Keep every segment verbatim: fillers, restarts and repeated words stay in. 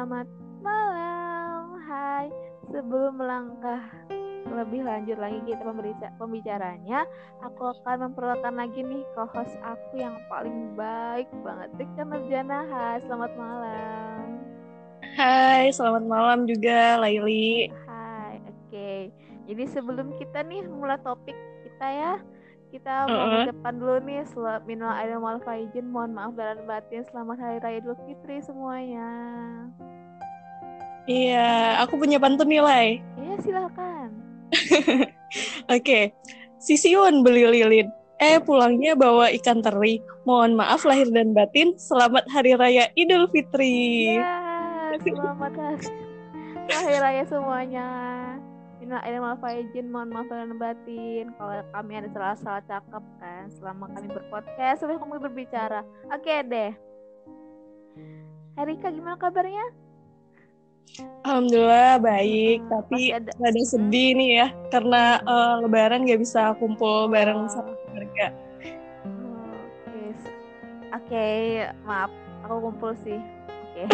selamat malam. Hai, sebelum melangkah lebih lanjut lagi kita pembica- pembicaranya, aku akan memperkenalkan lagi nih co-host aku yang paling baik banget, Rika Nurjana. Hai, selamat malam. Hai, selamat malam juga, Laili. Hai, oke. Jadi sebelum kita nih mulai topik kita ya, kita mau Uh-uh. mengucapkan dulu nih selamat minal aidin wal faizin, mohon maaf lahir dan batin, selamat hari raya Idul Fitri semuanya. Iya, aku punya pantun nih, Lai. Iya, silakan. Oke, Sisiun beli lilin. Eh, pulangnya bawa ikan teri. Mohon maaf lahir dan batin, selamat Hari Raya Idul Fitri. Ya, selamat hari hari raya semuanya. Minal aidin wal faizin, mohon maaf lahir dan batin kalau kami ada salah-salah cakap kan selama kami berpodcast, sampai kami berbicara. Oke deh. Herika, gimana kabarnya? Alhamdulillah baik, Mm-mm, pasti tapi ada. rada Mm-mm. sedih nih ya, karena uh, Lebaran gak bisa kumpul bareng sama Oh, keluarga. oke. Oke, maaf, aku kumpul sih. Oke.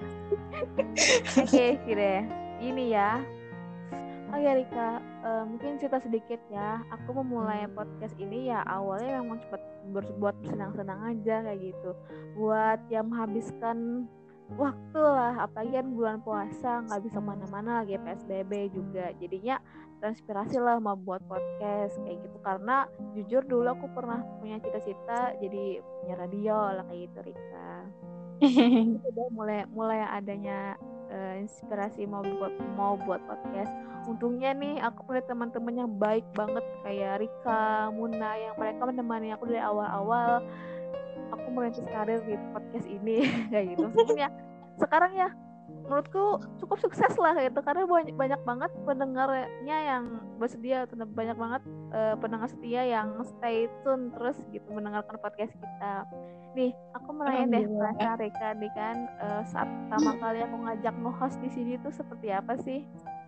Oke, sih deh. Ini ya. Oh ya Rika, eh, mungkin cerita sedikit ya. Aku memulai podcast ini ya awalnya memang cepat buat bersenang-senang aja kayak gitu. Buat yang menghabiskan waktu lah, apalagi kan bulan puasa nggak bisa mana-mana lagi P S B B juga. Jadinya terinspirasi lah mau buat podcast kayak gitu. Karena jujur dulu aku pernah punya cita-cita jadi punya radio lah kayak gitu Rika. Udah mulai mulai adanya uh, inspirasi mau buat mau buat podcast. Untungnya nih aku punya teman-teman yang baik banget kayak Rika, Muna yang mereka menemani aku dari awal-awal aku merintis karir di podcast ini kayak gitu. Meskipun ya sekarang ya menurutku cukup sukses lah gitu karena banyak banyak banget pendengarnya yang bersedia, banyak banget uh, pendengar setia yang stay tune terus gitu mendengarkan podcast kita. Nih, aku mau nanya deh Alhamdulillah. perasaan Reka nih kan uh, saat pertama kali aku ngajak nge-host di sini tuh seperti apa sih?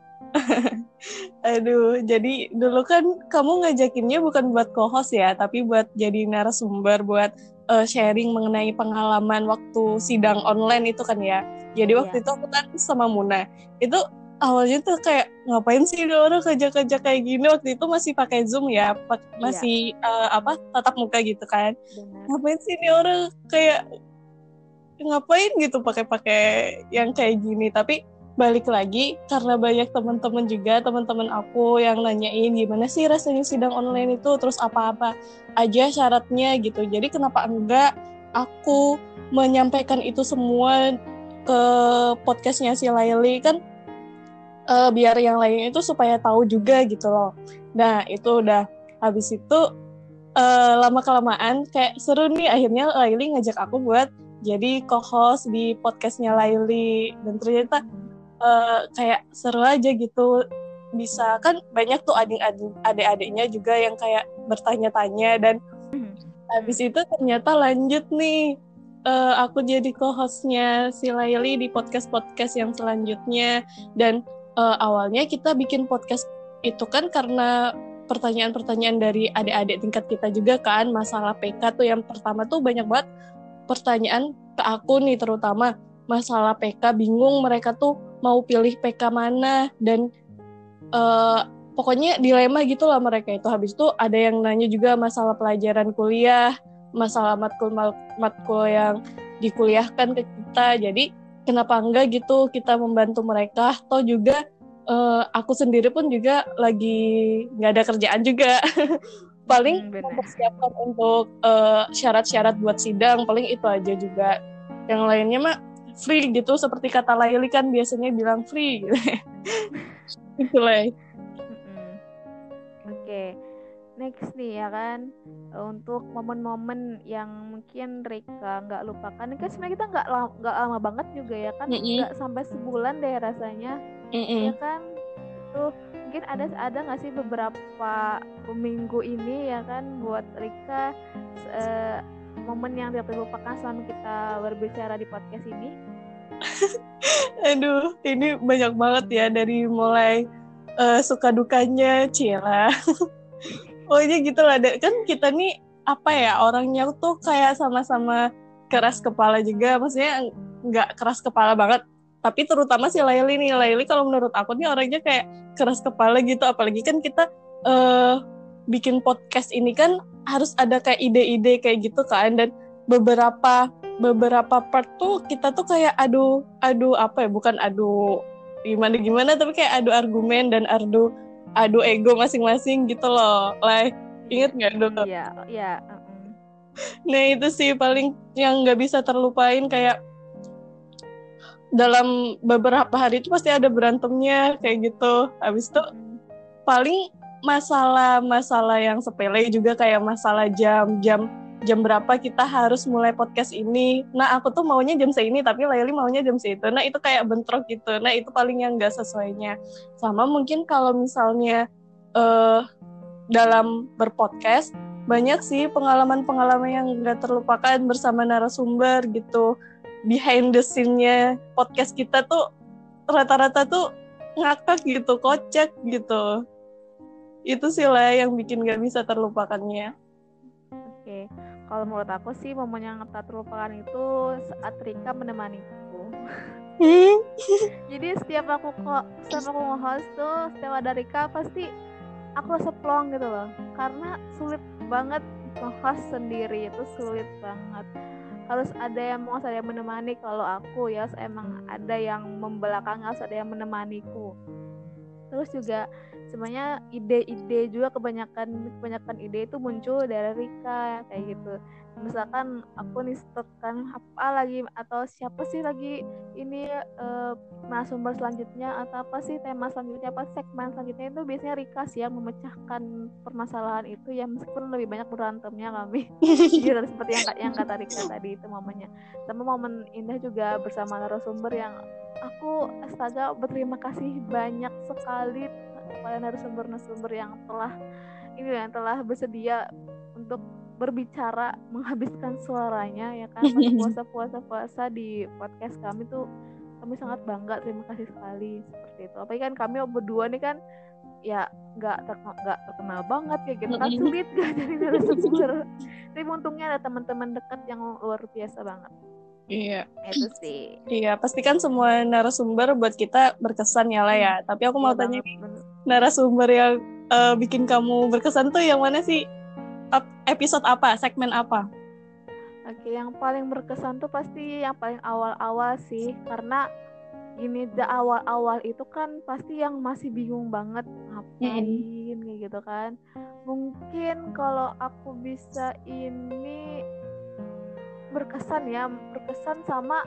Aduh, jadi dulu kan kamu ngajakinnya bukan buat co-host ya, tapi buat jadi narasumber, buat uh, sharing mengenai pengalaman waktu sidang online itu kan ya. Jadi Iya, waktu itu aku kan sama Muna. Itu awalnya tuh kayak ngapain sih dia orang kerja-kerja kayak gini, waktu itu masih pakai Zoom ya, iya, masih uh, apa tatap muka gitu kan. benar. Ngapain sih dia orang kayak ngapain gitu pakai-pakai yang kayak gini, tapi balik lagi karena banyak teman-teman juga teman-teman aku yang nanyain gimana sih rasanya sidang online itu, terus apa-apa aja syaratnya gitu. Jadi kenapa enggak aku menyampaikan itu semua ke podcastnya si Laili kan, uh, biar yang lain itu supaya tahu juga gitu loh. Nah itu udah habis itu uh, lama kelamaan kayak seru nih, akhirnya Laili ngajak aku buat jadi co-host di podcastnya Laili, dan ternyata Hmm. uh, kayak seru aja gitu. Bisa kan banyak tuh adik-adiknya juga yang kayak bertanya-tanya, dan habis Hmm. itu ternyata lanjut nih, uh, aku jadi co-hostnya si Laili di podcast-podcast yang selanjutnya. Dan uh, awalnya kita bikin podcast itu kan karena pertanyaan-pertanyaan dari adik-adik tingkat kita juga kan, masalah P K tuh yang pertama tuh banyak banget pertanyaan ke aku nih, terutama masalah P K, bingung mereka tuh mau pilih P K mana, dan uh, pokoknya dilema gitu lah mereka itu. Habis itu ada yang nanya juga masalah pelajaran kuliah, masalah matkul-matkul yang dikuliahkan ke kita. Jadi kenapa enggak gitu kita membantu mereka, toh juga uh, aku sendiri pun juga lagi nggak ada kerjaan juga. Paling Hmm, benar. mempersiapkan untuk uh, syarat-syarat buat sidang, paling itu aja juga. Yang lainnya mah free gitu, seperti kata Laili kan biasanya bilang free gitu. Itulah. Mm-mm. Oke, next nih ya kan, untuk momen-momen yang mungkin Rika nggak lupakan. Ini kan sebenarnya kita nggak lama, nggak lama banget juga ya kan, Mm-mm. nggak sampai sebulan deh rasanya, ya Mm-mm. kan. Itu mungkin ada ada nggak sih beberapa minggu ini ya kan buat Rika eh, momen yang tidak terlupakan selama kita berbicara di podcast ini? Aduh, ini banyak banget ya, dari mulai uh, suka dukanya, cila. Pokoknya gitu lah. Kan kita nih apa ya, orangnya tuh kayak sama-sama keras kepala juga. Maksudnya nggak keras kepala banget, Tapi terutama si Laili nih, Laili kalau menurut aku nih orangnya kayak keras kepala gitu, apalagi kan kita uh, bikin podcast ini kan harus ada kayak ide-ide kayak gitu kan, dan beberapa beberapa part tuh kita tuh kayak adu adu apa ya, bukan adu gimana gimana tapi kayak adu argumen dan adu adu ego masing-masing gitu loh. Like inget nggak dulu? Iya, iya. Uh-uh. Nah itu sih paling yang nggak bisa terlupain, kayak dalam beberapa hari itu pasti ada berantemnya kayak gitu. Habis itu Hmm. paling masalah-masalah yang sepele juga, kayak masalah jam jam jam berapa kita harus mulai podcast ini. Nah aku tuh maunya jam segini tapi Laili maunya jam segitu. Nah itu kayak bentrok gitu. Nah itu paling yang nggak sesuainya. Sama mungkin kalau misalnya uh, dalam berpodcast banyak sih pengalaman-pengalaman yang nggak terlupakan bersama narasumber gitu. Behind the scene-nya podcast kita tuh rata-rata tuh ngakak gitu, kocak gitu. Itu sih lah yang bikin gak bisa terlupakannya. Oke, kalau menurut aku sih momen yang tak terlupakan itu saat Rika menemaniku. Hmm? Jadi setiap aku kok setiap aku nge-host tuh, setiap ada Rika pasti aku rasa plong gitu loh. Karena sulit banget nge-host sendiri, itu sulit banget. Harus ada yang mau saya menemani. Kalau aku ya emang ada yang membelakangi, harus ada yang menemaniku. Terus juga sebenarnya ide-ide juga kebanyakan kebanyakan ide itu muncul dari Rika kayak gitu. Misalkan aku nih stok kan apa lagi atau siapa sih lagi ini uh, narasumber selanjutnya atau apa sih tema selanjutnya, apa segmen selanjutnya, itu biasanya Rika sih yang memecahkan permasalahan itu ya, meskipun lebih banyak berantemnya kami. Jadi seperti yang yang kata Rika tadi itu momennya. Sama momen indah juga bersama narasumber yang aku astaga berterima kasih banyak sekali kepada narasumber-narasumber yang telah ini yang telah bersedia untuk berbicara, menghabiskan suaranya ya kan, pas puasa-puasa puasa di podcast kami tuh kami sangat bangga, terima kasih sekali seperti itu. Apalagi kan kami berdua nih kan ya nggak terkenal, nggak terkenal banget kayak gitu kan, sulit gak jadi narasumber. Tapi untungnya ada teman-teman dekat yang luar biasa banget. Iya. Itu sih. Iya, pastikan semua narasumber buat kita berkesan ya lah ya. Hmm. Tapi aku mau iya tanya nih, narasumber yang uh, bikin kamu berkesan tuh yang mana sih? Episode apa? Segmen apa? Oke, yang paling berkesan tuh pasti yang paling awal-awal sih, karena gini, di awal-awal itu kan pasti yang masih bingung banget ngapain mm-hmm. kayak gitu kan. Mungkin kalau aku bisa ini berkesan ya, berkesan sama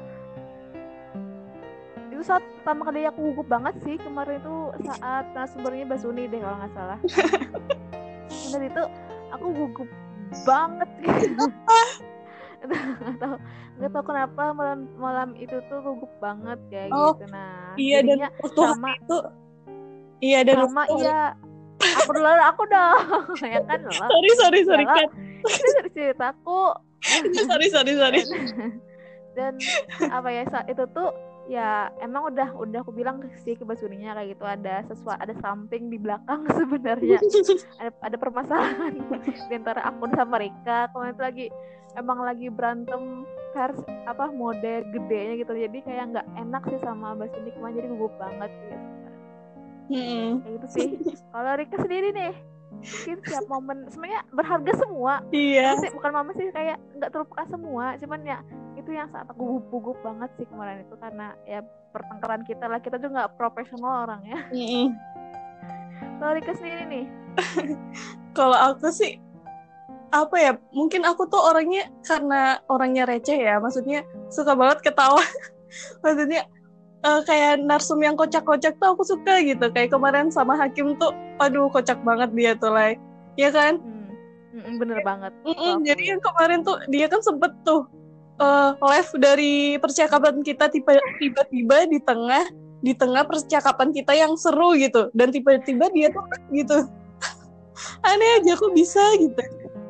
itu saat pertama kali aku gugup banget sih kemarin itu saat narasumbernya Basuni deh kalau nggak salah. Dan itu aku gugup banget gitu. nggak tahu nggak tahu kenapa malam malam itu tuh gugup banget kayak oh, gitu. Nah iya, jadinya dan sama itu iya dan sama waktu, iya aku dulu aku dong ya kan loh. sorry sorry sorry kan ini ceritaku. sorry sorry sorry dan apa ya saat itu tuh ya emang udah udah aku bilang sih ke Basuninya kayak gitu, ada sesuatu, ada something di belakang sebenarnya. ada ada permasalahan di antara aku sama Rika. Kemarin itu lagi emang lagi berantem vers apa mode gedenya gitu, jadi kayak nggak enak sih sama Basuni kemarin, jadi gugup banget gitu. Hmm. Kayak gitu sih. Kalau Rika sendiri nih mungkin setiap momen sebenarnya berharga semua. Iya. Sih, bukan momen sih kayak nggak terlupakan semua, cuman ya itu yang saat aku gugup-gugup banget sih kemarin itu, karena ya pertengkaran kita lah, kita tuh nggak profesional orang ya. Mm-hmm. Kalau Rika sendiri nih? Kalau aku sih apa ya, mungkin aku tuh orangnya karena orangnya receh ya, maksudnya suka banget ketawa. Maksudnya uh, kayak narsum yang kocak-kocak tuh aku suka gitu. Kayak kemarin sama Hakim tuh, aduh kocak banget dia tuh, like, ya kan? Hmm. Bener banget. Mm-mm, jadi yang kemarin tuh dia kan sempet tuh uh, live dari percakapan kita tiba- tiba-tiba di tengah di tengah percakapan kita yang seru gitu, dan tiba-tiba dia tuh gitu. Aneh aja kok bisa gitu.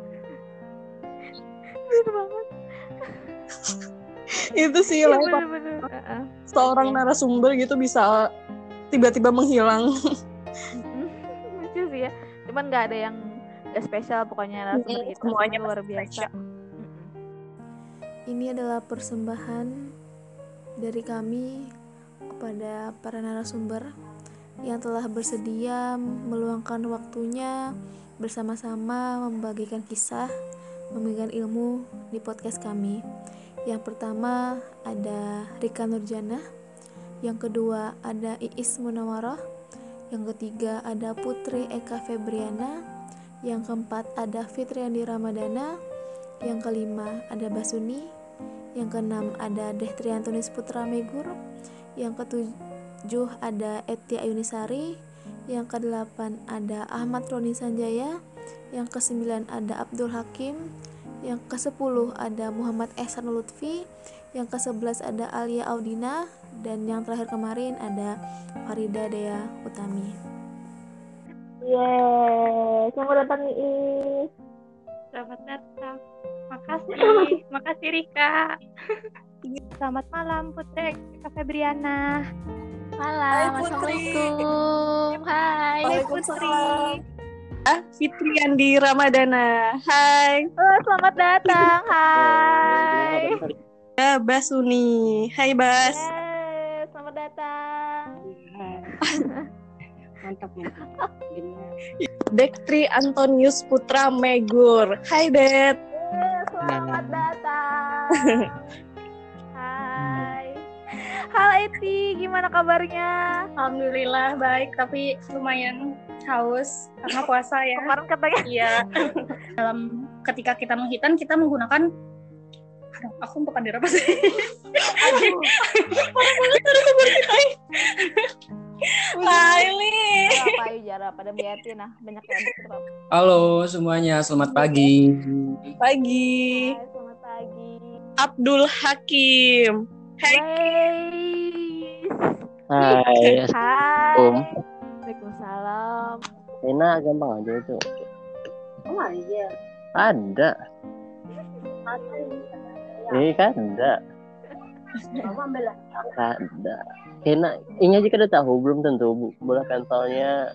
Bener banget. Itu sih lah uh-uh. seorang narasumber gitu bisa tiba-tiba menghilang. Lucu sih ya, cuman nggak ada yang gak spesial pokoknya narasumber kita semuanya luar biasa. Ini adalah persembahan dari kami kepada para narasumber yang telah bersedia meluangkan waktunya bersama-sama membagikan kisah, membagikan ilmu di podcast kami. Yang pertama ada Rika Nurjana, yang kedua ada Iis Munawaroh, yang ketiga ada Putri Eka Febriana, yang keempat ada Fitriandi Ramadana, yang kelima ada Basuni, yang keenam ada Deh Triantunis Putra Megur, yang ketujuh ada Eti Ayunisari, yang kedelapan ada Ahmad Roni Sanjaya, yang kesembilan ada Abdul Hakim, yang kesepuluh ada Muhammad Ehsan Lutfi, yang kesebelas ada Alia Audina, dan yang terakhir kemarin ada Farida Dea Utami. Yeay, selamat datang Iis. Selamat datang. Makasih, makasih Rika. Selamat malam Putri Eka Febriana. Malam, assalamualaikum. Hai, Hai Putri. Fitriandi Ramadana. Hai. Oh, selamat datang. Hai. Ya, Basuni. Hai Bas. Yeay, selamat datang. Mantap mantap. Dektri Antonius Putra Megur. Hai Det. Yeay, selamat datang. Hai. Halo Eti, gimana kabarnya? Alhamdulillah baik, tapi lumayan haus karena puasa ya. Kemarin katanya. Iya. Dalam ketika kita menghitan kita menggunakan aduh, aku bukan di apa sih? Aduh. Hai Li. Apa ayo Jara pada biatin nah, banyak yang ada. Halo semuanya, selamat pagi. Pagi. Hai, selamat pagi. Abdul Hakim. Hai. Hai. Hai, Hai. Om. Waalaikumsalam. Rena gampang aja itu. Oh iya. Ada. Eh kan ada. Mama ambil lah. Ada. Rena, ini aja kan udah tahu belum tentu bu- bola pentolnya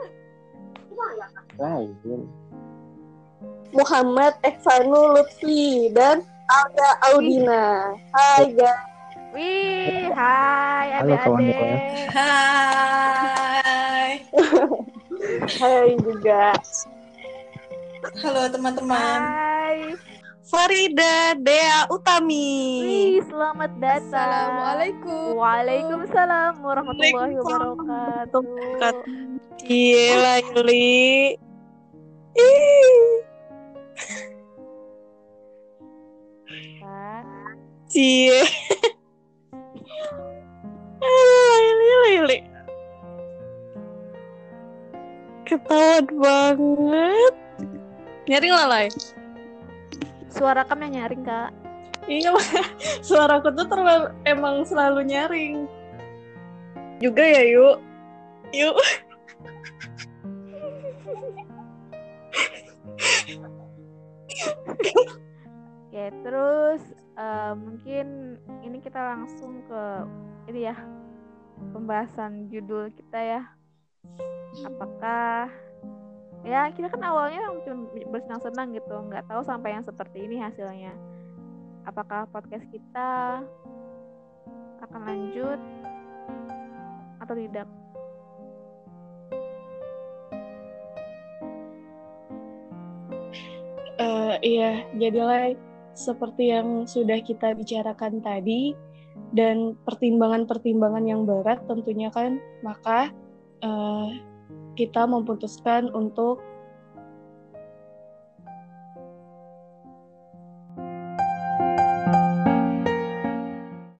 lain. Muhammad Ehsanu Lutfi dan Alda Audina. Hai guys. Wih, hai Halo, adik-adik. kawan-kawan. Hai. Hai juga. Halo teman-teman. Hai. Farida Dea Utami. Wih, selamat datang. Assalamualaikum. Waalaikumsalam warahmatullahi wabarakatuh. Gila Yuli. Ih, Kan? cie. Lili, Lili. Ketahuan banget. Nyaring lalai. Suara kamu yang nyaring, Kak. Iya, suaraku tuh terlalu, emang selalu nyaring. Juga ya, yuk. Yuk. Oke, terus eh, mungkin ini kita langsung ke ini ya, pembahasan judul kita ya. Apakah ya kita kan awalnya cuma bersenang-senang gitu, nggak tahu sampai yang seperti ini hasilnya. Apakah podcast kita akan lanjut atau tidak? Uh, iya, jadilah seperti yang sudah kita bicarakan tadi, dan pertimbangan-pertimbangan yang berat tentunya kan, maka uh, kita memutuskan untuk